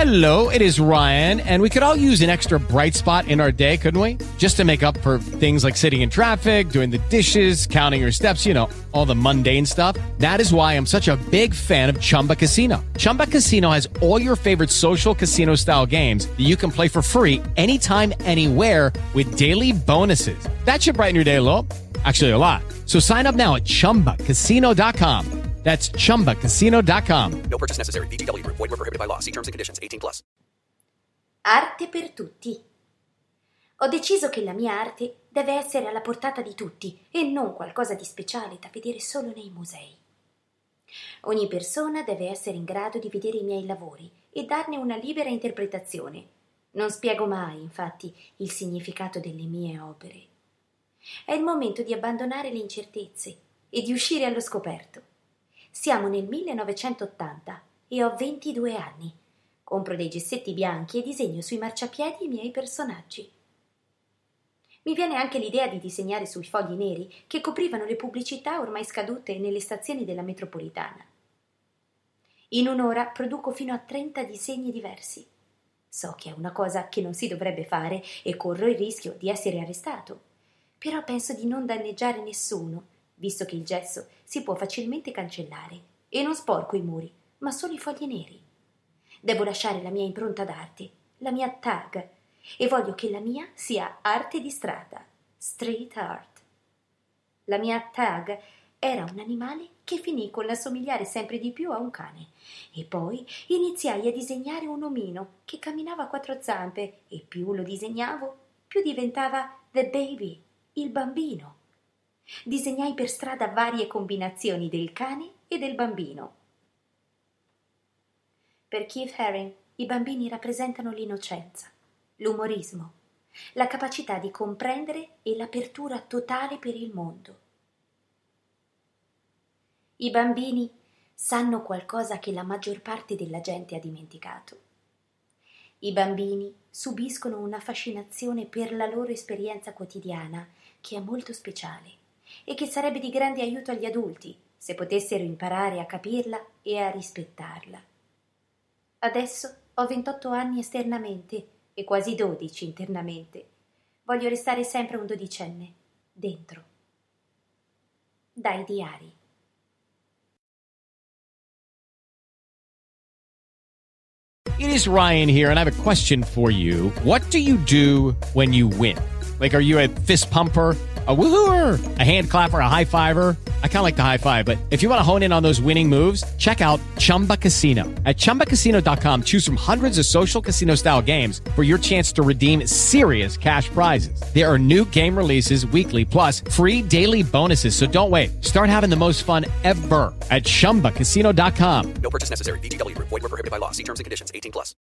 Hello, it is Ryan, and we could all use an extra bright spot in our day, couldn't we? Just to make up for things like sitting in traffic, doing the dishes, counting your steps, you know, all the mundane stuff. That is why I'm such a big fan of Chumba Casino. Chumba Casino has all your favorite social casino-style games that you can play for free anytime, anywhere with daily bonuses. That should brighten your day a little. Actually, a lot. So sign up now at ChumbaCasino.com. That's ChumbaCasino.com. No purchase necessary. VGW Group. Void where prohibited by law. See terms and conditions. 18+. Arte per tutti. Ho deciso che la mia arte deve essere alla portata di tutti e non qualcosa di speciale da vedere solo nei musei. Ogni persona deve essere in grado di vedere i miei lavori e darne una libera interpretazione. Non spiego mai, infatti, il significato delle mie opere. È il momento di abbandonare le incertezze e di uscire allo scoperto. Siamo nel 1980 e ho 22 anni. Compro dei gessetti bianchi e disegno sui marciapiedi i miei personaggi. Mi viene anche l'idea di disegnare sui fogli neri che coprivano le pubblicità ormai scadute nelle stazioni della metropolitana. In un'ora produco fino a 30 disegni diversi. So che è una cosa che non si dovrebbe fare e corro il rischio di essere arrestato, però penso di non danneggiare nessuno, visto che il gesso si può facilmente cancellare e non sporco i muri, ma solo i fogli neri. Devo lasciare la mia impronta d'arte, la mia tag, e voglio che la mia sia arte di strada, street art. La mia tag era un animale che finì con l'assomigliare sempre di più a un cane, e poi iniziai a disegnare un omino che camminava a quattro zampe, e più lo disegnavo, più diventava the baby, il bambino. Disegnai per strada varie combinazioni del cane e del bambino. Per Keith Haring i bambini rappresentano l'innocenza, l'umorismo, la capacità di comprendere e l'apertura totale per il mondo. I bambini sanno qualcosa che la maggior parte della gente ha dimenticato. I bambini subiscono una fascinazione per la loro esperienza quotidiana che è molto speciale e che sarebbe di grande aiuto agli adulti se potessero imparare a capirla e a rispettarla. Adesso ho 28 anni esternamente e quasi 12 internamente. Voglio restare sempre un dodicenne, dentro. Dai diari. It is Ryan here, and I have a question for you. What do you do when you win? Like, are you a fist pumper, a woohooer, a hand clapper, a high fiver? I kind of like the high five, but if you want to hone in on those winning moves, check out Chumba Casino. At ChumbaCasino.com, choose from hundreds of social casino-style games for your chance to redeem serious cash prizes. There are new game releases weekly, plus free daily bonuses, so don't wait. Start having the most fun ever at ChumbaCasino.com. No purchase necessary. VGW Group. Void where prohibited by law. See terms and conditions. 18+.